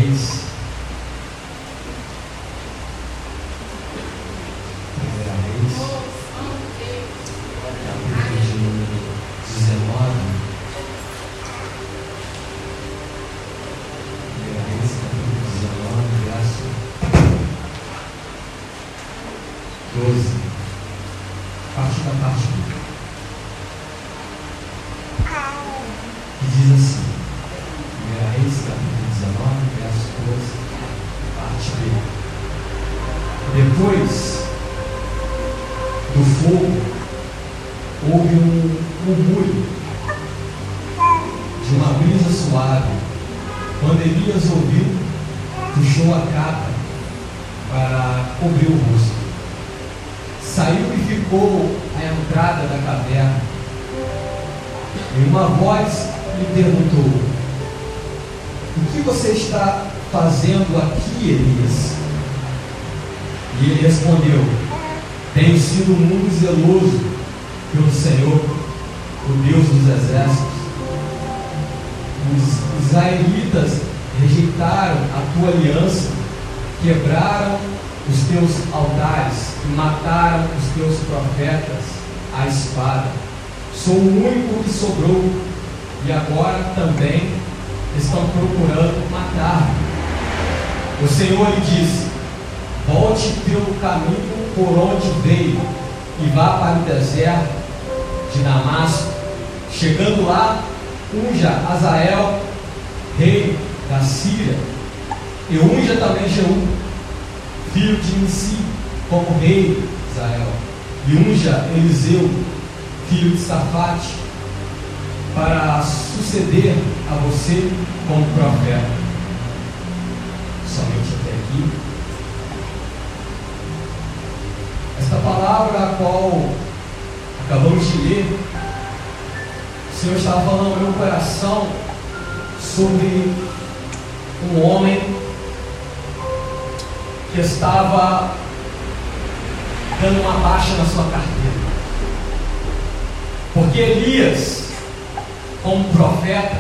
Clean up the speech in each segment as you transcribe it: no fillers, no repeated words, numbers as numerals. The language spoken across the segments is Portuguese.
Reis. Depois do fogo, houve um murmúrio de uma brisa suave. Quando Elias ouviu, puxou a capa para cobrir o rosto. Saiu e ficou à entrada da caverna. E uma voz lhe perguntou: o que você está fazendo aqui, Elias? E ele respondeu: tenho sido muito zeloso pelo Senhor, o Deus dos exércitos. Os israelitas rejeitaram a tua aliança, quebraram os teus altares e mataram os teus profetas à espada. Sou o único que sobrou e agora também estão procurando matar-me. O Senhor lhe disse: volte pelo caminho por onde veio e vá para o deserto de Damasco. Chegando lá, unja Azael, rei da Síria, e unja também Jeú, filho de Nissi, como rei de Israel, e unja Eliseu, filho de Safate, para suceder a você como profeta. Somente até aqui. Esta palavra a qual acabamos de ler, o Senhor estava falando no meu coração sobre um homem que estava dando uma baixa na sua carteira. Porque Elias, como profeta,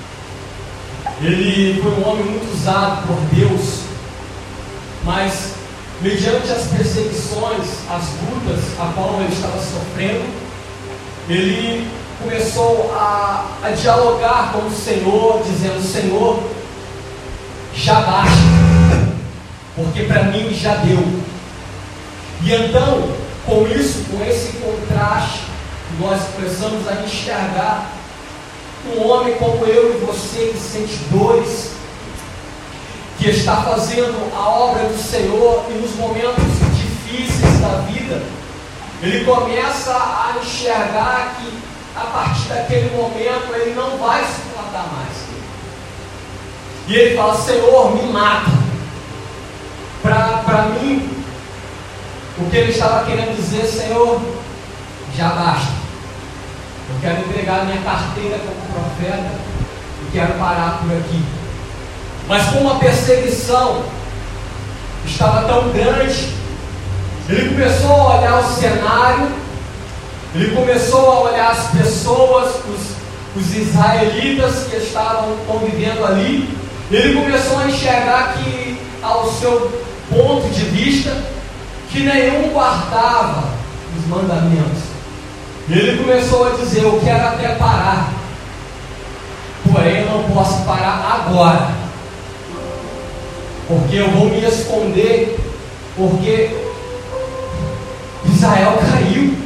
ele foi um homem muito usado por Deus, mas mediante as perseguições, as lutas a qual ele estava sofrendo, ele começou a dialogar com o Senhor, dizendo: Senhor, já basta, porque para mim já deu. E então, com isso, com esse contraste, nós começamos a enxergar um homem como eu e você, que sente dores, que está fazendo a obra do Senhor, e nos momentos difíceis da vida, ele começa a enxergar que a partir daquele momento ele não vai suportar mais. E ele fala: Senhor, me mata. Para mim, o que ele estava querendo dizer: Senhor, já basta. Eu quero entregar minha carteira como profeta e quero parar por aqui. Mas como a perseguição estava tão grande, ele começou a olhar o cenário, ele começou a olhar as pessoas, os israelitas que estavam convivendo ali. Ele começou a enxergar que, ao seu ponto de vista, que nenhum guardava os mandamentos. Ele começou a dizer: eu quero até parar, porém eu não posso parar agora, porque eu vou me esconder, porque Israel caiu.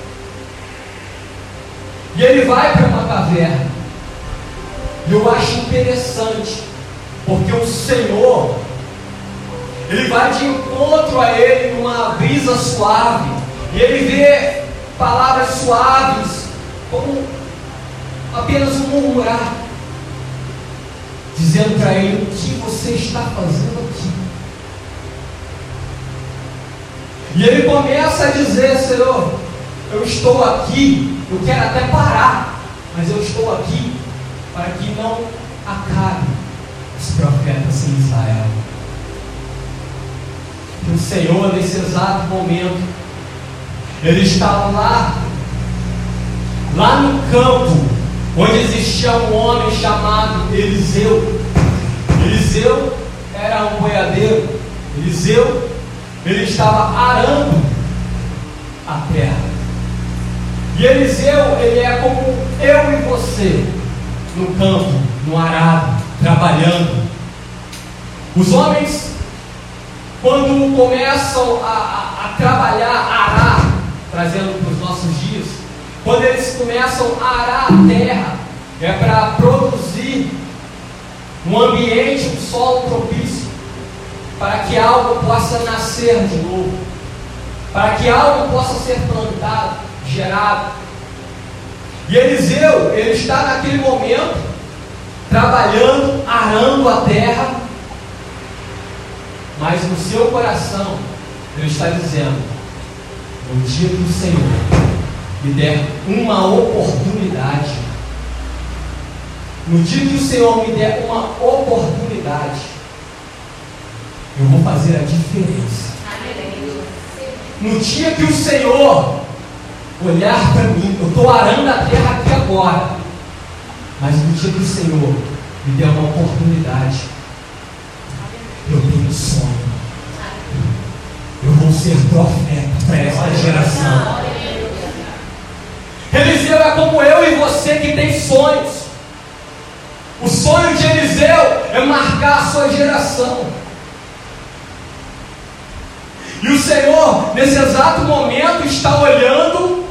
E ele vai para uma caverna. E eu acho interessante, porque o Senhor, ele vai de encontro a ele numa brisa suave, e ele vê palavras suaves como apenas um murmurar, dizendo para ele: o que você está fazendo aqui? E ele começa a dizer: Senhor, eu estou aqui, eu quero até parar, mas eu estou aqui para que não acabe os profetas em Israel. E o Senhor, nesse exato momento, ele estava lá no campo, onde existia um homem chamado Eliseu. Eliseu era um boiadeiro. Eliseu, ele estava arando a terra. E Eliseu, ele é como eu e você, no campo, no arado, trabalhando. Os homens, quando começam a trabalhar, a arar, trazendo para os nossos dias, quando eles começam a arar a terra, é para produzir um ambiente, um solo propício, para que algo possa nascer de novo, para que algo possa ser plantado, gerado. E Eliseu, ele está naquele momento, trabalhando, arando a terra, mas no seu coração, ele está dizendo: no dia que o Senhor me der uma oportunidade, no dia que o Senhor me der uma oportunidade, eu vou fazer a diferença. No dia que o Senhor olhar para mim, eu estou arando a terra aqui agora, mas no dia que o Senhor me der uma oportunidade, eu tenho um sonho. Eu vou ser profeta para esta geração. Eliseu é como eu e você que tem sonhos. O sonho de Eliseu é marcar a sua geração. E o Senhor, nesse exato momento, está olhando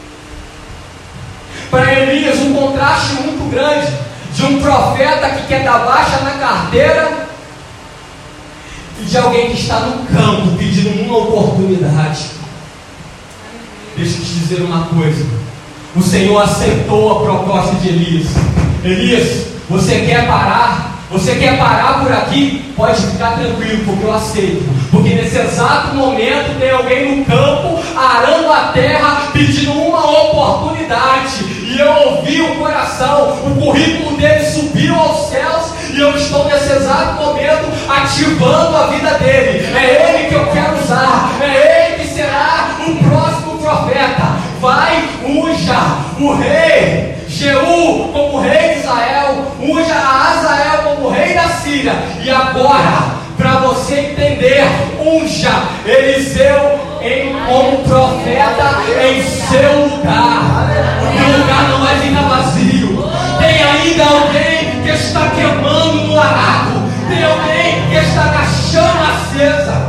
para Elias, um contraste muito grande de um profeta que quer dar baixa na carteira e de alguém que está no campo pedindo uma oportunidade. Deixa eu te dizer uma coisa: o Senhor aceitou a proposta de Elias. Elias, você quer parar? Você quer parar por aqui? Pode ficar tranquilo, porque eu aceito. Porque nesse exato momento tem alguém no campo, arando a terra, pedindo uma oportunidade. E eu ouvi o coração, o currículo dele subiu aos céus, e eu estou nesse exato momento ativando a vida dele. É ele que eu quero usar, é ele que será o próximo profeta. Vai, unja o rei Jeú como rei de Israel, unja a Azael como rei da Síria. E agora, para você entender, unja Eliseu como profeta em seu lugar. O teu lugar não vai ficar vazio. Tem ainda alguém que está queimando no arado. Tem alguém que está na chama acesa.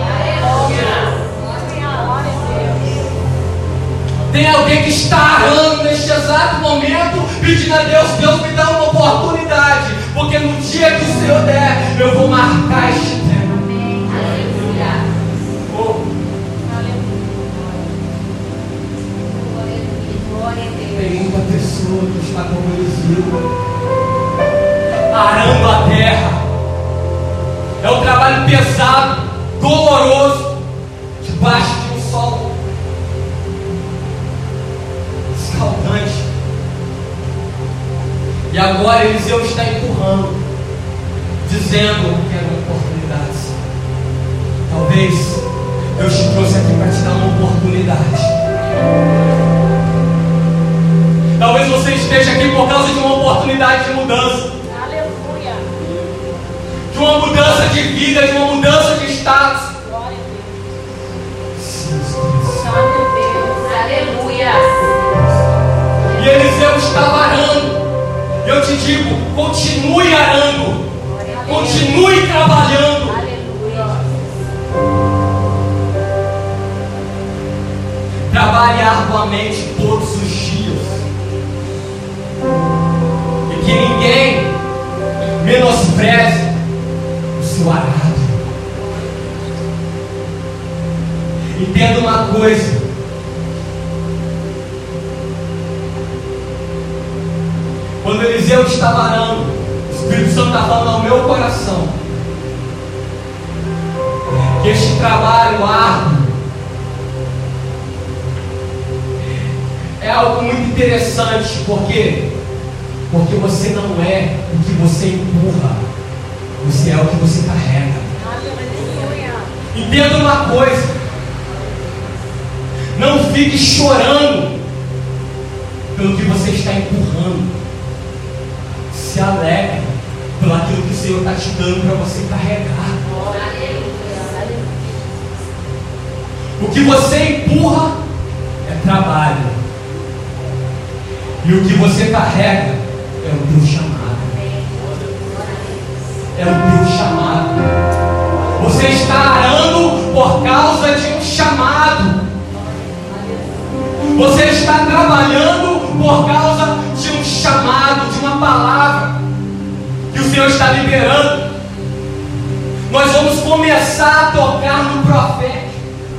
Tem alguém que está arando neste exato momento, pedindo a Deus: Deus, me dá uma oportunidade, porque no dia que o Senhor der, eu vou marcar este tempo. Oh. Tem muita pessoa que está como Eliseu, arando a terra. É um trabalho pesado, doloroso, debaixo de um sol escaldante. E agora Eliseu está empurrando, dizendo: quero oportunidades. Talvez Deus te trouxe aqui para te dar uma oportunidade. Talvez você esteja aqui por causa de uma oportunidade de mudança. Aleluia. De uma mudança de vida, de uma mudança de status. Glória a Deus. Aleluia. E Eliseu estava arando. Eu te digo: continue arando, continue trabalhando. Aleluia. Trabalhe arduamente todos os dias. E que ninguém menospreze o seu arado. Entenda uma coisa: quando Eliseu estava arando, o Espírito Santo está falando ao meu coração que este trabalho árduo é algo muito interessante. Por quê? Porque você não é o que você empurra, você é o que você carrega. Aleluia. Entenda uma coisa: não fique chorando pelo que você está empurrando. Se alegre pelo aquilo que o Senhor está te dando para você carregar. O que você empurra é trabalho, e o que você carrega é o teu chamado. É o teu chamado. Você está arando por causa de um chamado. Você está trabalhando por causa de um chamado, de uma palavra que o Senhor está liberando. Nós vamos começar a tocar no profeta.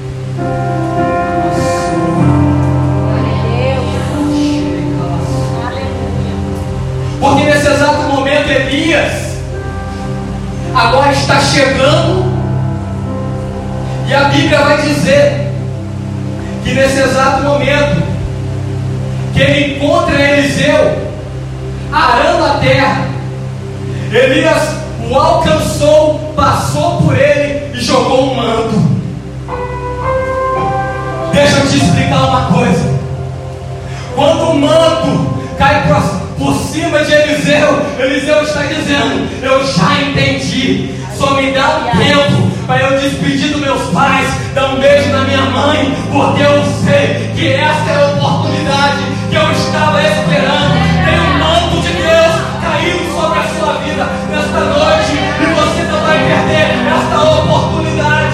Porque nesse exato momento Elias agora está chegando, e a Bíblia vai dizer que nesse exato momento que ele encontra Eliseu arando a terra, Elias o alcançou, passou por ele e jogou um manto. Deixa eu te explicar uma coisa. Quando o manto cai por cima de Eliseu, Eliseu está dizendo: eu já entendi, só me dá um tempo para eu despedir dos meus pais, dar um beijo na minha mãe, porque eu sei que essa é a oportunidade que eu estava esperando. Tem um manto de Deus caindo sobre a sua vida nesta noite, e você não vai perder esta oportunidade.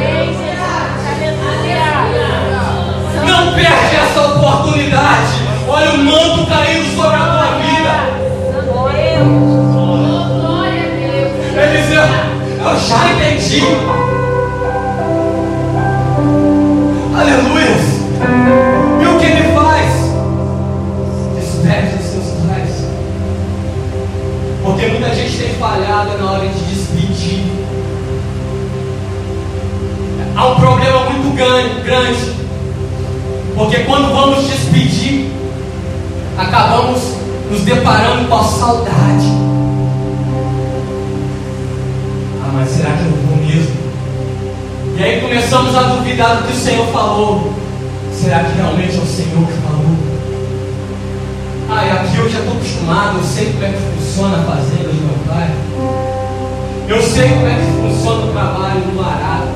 Não perde essa oportunidade. Olha o manto caindo sobre a tua vida. Eliseu, eu já entendi. Aleluia. E o que ele faz? Despede os seus pais. Porque muita gente tem falhado na hora de despedir. Há um problema muito grande. Porque quando vamos despedir, acabamos nos deparando com a saudade. Ah, mas será que eu vou mesmo? E aí começamos a duvidar do que o Senhor falou. Será que realmente é o Senhor que falou? Ah, e aqui eu já estou acostumado, eu sei como é que funciona a fazenda do meu pai. Eu sei como é que funciona o trabalho do arado.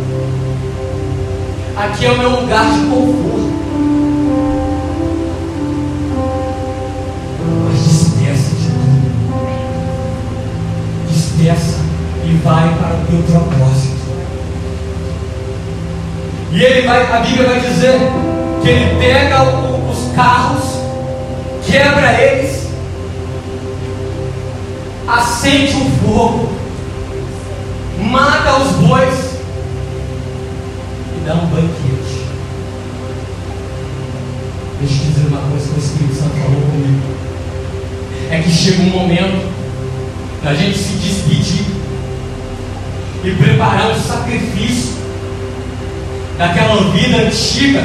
Aqui é o meu lugar de conforto. Mas despeça de tudo. Despeça e vai para o teu propósito. E ele vai, a Bíblia vai dizer que ele pega os carros, quebra eles, acende um fogo, mata os bois e dá um banquete. Deixa eu dizer uma coisa que o Espírito Santo falou comigo. É que chega um momento da gente se despedir e preparar um sacrifício daquela vida antiga.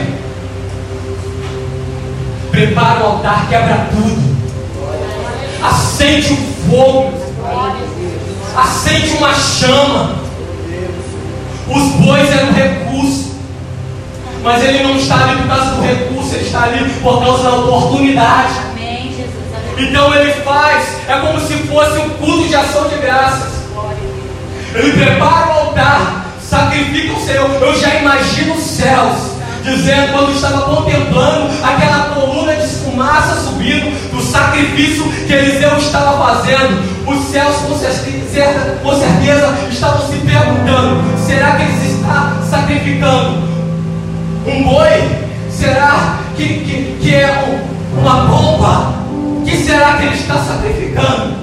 Prepara o altar, quebra tudo, acende um fogo, acende uma chama. Os bois eram recurso, mas ele não está ali por causa do recurso, ele está ali por causa da oportunidade. Então ele faz, é como se fosse um culto de ação de graças. Ele prepara o altar, sacrifica o Senhor. Eu já imagino os céus dizendo, quando estava contemplando aquela coluna de fumaça subindo do sacrifício que Eliseu estava fazendo, os céus com certeza estavam se perguntando: será que ele está sacrificando um boi? Será que é uma pomba? O que será que ele está sacrificando?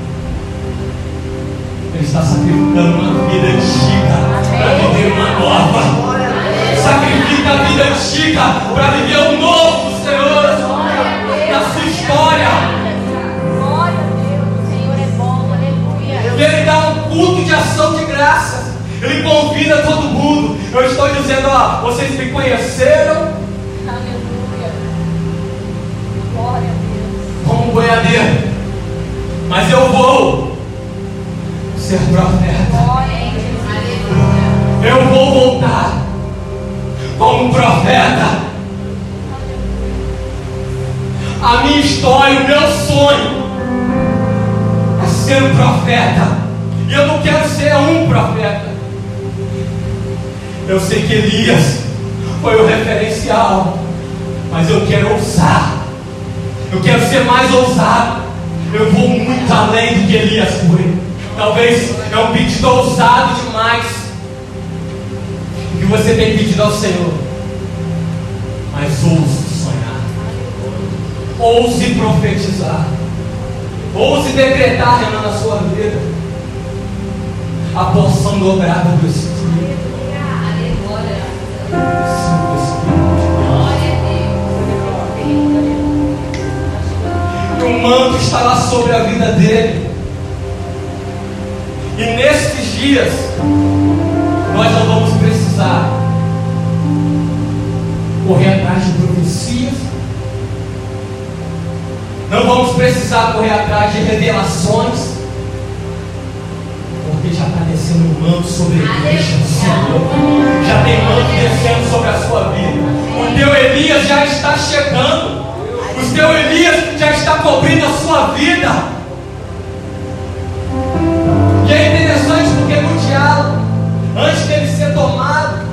Ele está sacrificando uma vida antiga para viver uma nova. Sacrifica a vida antiga para viver um novo, Senhor, na sua história. Glória a Deus, o Senhor é bom, aleluia. Ele dá um culto de ação de graças. Ele convida todo mundo. Eu estou dizendo, ó, vocês me conheceram. Aleluia. Glória a Deus. Como boiadeiro, mas eu vou ser profeta. Glória a Deus. Aleluia. Eu vou voltar como profeta. A minha história, o meu sonho é ser um profeta. E eu não quero ser um profeta. Eu sei que Elias foi o referencial, mas eu quero ousar. Eu quero ser mais ousado. Eu vou muito além do que Elias foi. Talvez é um pedido ousado demais o que você tem pedido ao Senhor. Mas ouse sonhar. Ouse profetizar. Ouse decretar, Renan, na sua vida a porção dobrada do Espírito. Aleluia. Sim, do Espírito. Glória a Deus. E o manto estará sobre a vida dele. E nesses dias nós não vamos precisar correr atrás de profecias. Não vamos precisar correr atrás de revelações, porque já está descendo um manto sobre a igreja do Senhor. Já tem manto descendo sobre a sua vida. O teu Elias já está chegando. O teu Elias já está cobrindo a sua vida. E é interessante porque no diálogo, antes dele ser tomado,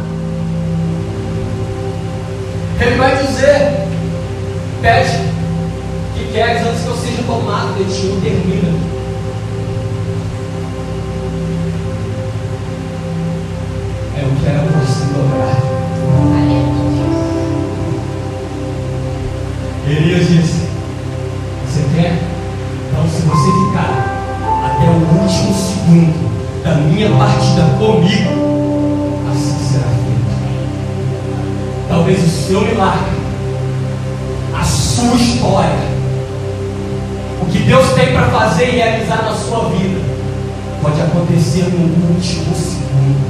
ele vai dizer: pede o que queres antes que eu seja tomado de ti. Não termina. Eu quero você dobrar. Elias disse: você quer? Então, se você ficar até o último segundo da minha partida comigo, assim será feito. Talvez o seu milagre, a sua história, o que Deus tem para fazer e realizar na sua vida, pode acontecer no último segundo.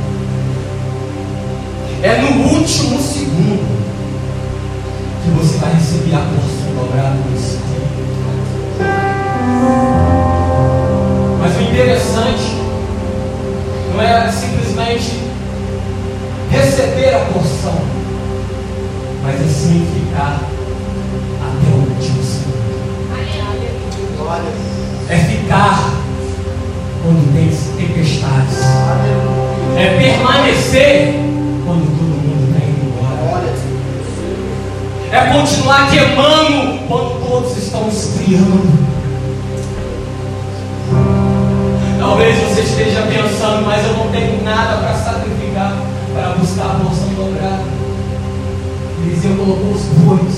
É no último segundo que você vai receber a porção dobrada do Espírito. Mas o interessante não é simplesmente receber a porção, mas é sim ficar até o último segundo. É ficar quando tem tempestades. É permanecer quando todo mundo está indo embora. É continuar queimando quando todos estão esfriando. Talvez você esteja pensando: mas eu não tenho nada para sacrificar para buscar a porção dobrada. Eliseu colocou os bois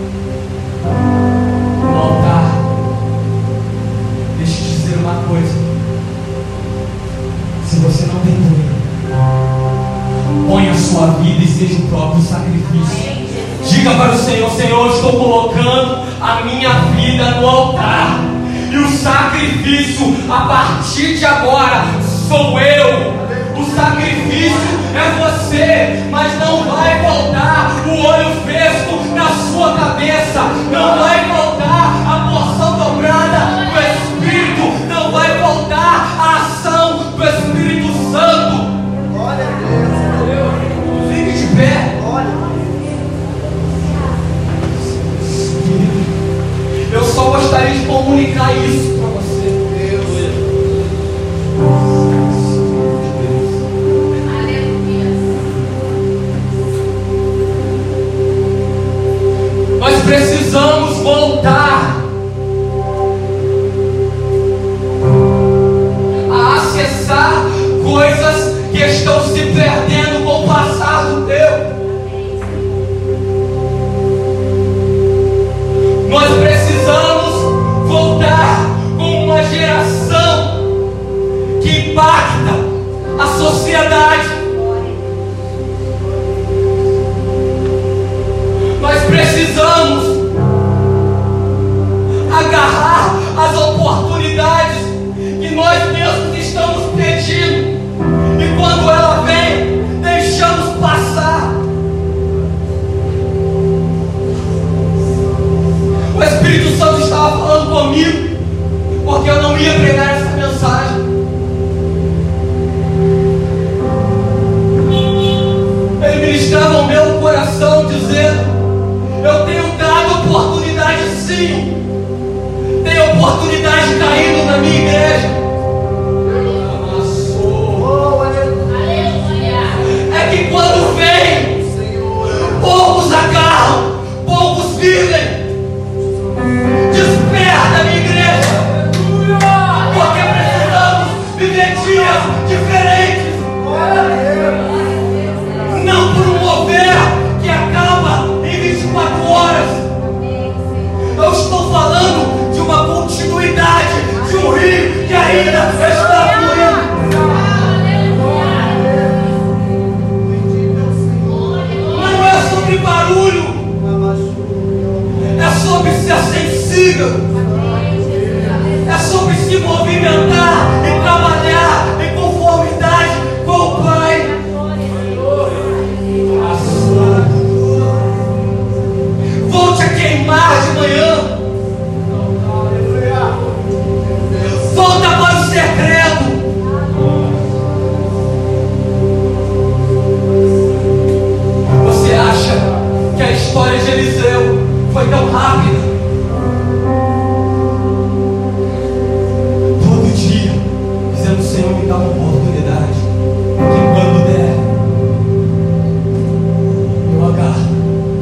no altar. Deixa eu te dizer uma coisa: se você não tem dinheiro, põe a sua vida e seja o próprio sacrifício. Diga para o Senhor: Senhor, eu estou colocando a minha vida no altar. E o sacrifício, a partir de agora, sou eu. O sacrifício é você, mas não vai faltar o olho fresco na sua cabeça. Não vai faltar a porção dobrada do Espírito. Não vai faltar a ação do Espírito Santo. Glória a Deus. Fique de pé. Eu só gostaria de comunicar isso para você. Nós precisamos voltar a acessar coisas que estão se perdendo com o passar do tempo. Nós precisamos voltar com uma geração que impacta a sociedade. Nós precisamos agarrar as oportunidades que nós mesmos estamos pedindo, e quando ela vem, deixamos passar. O Espírito Santo estava falando comigo, porque eu não ia pregar essa mensagem. Ele ministrava o meu coração dizendo: eu tenho dado oportunidade sim. Tem oportunidade caindo na minha igreja. se movimentar e trabalhar em conformidade com o Pai. Volte a queimar de manhã. Volta para o secreto. Você acha que a história de Eliseu foi tão rápida? Todo dia dizendo: Senhor, me dá uma oportunidade, que quando der eu agarro.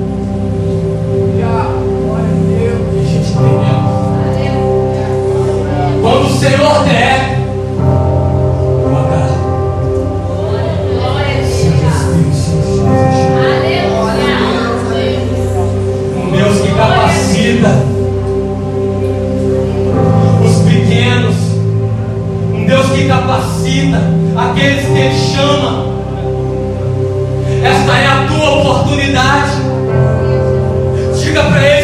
E a gente tem medo. Quando o Senhor der, eu agarro. Um Deus que capacita os pequenos, um Deus que capacita aqueles que Ele chama. Esta é a tua oportunidade. Diga para Ele: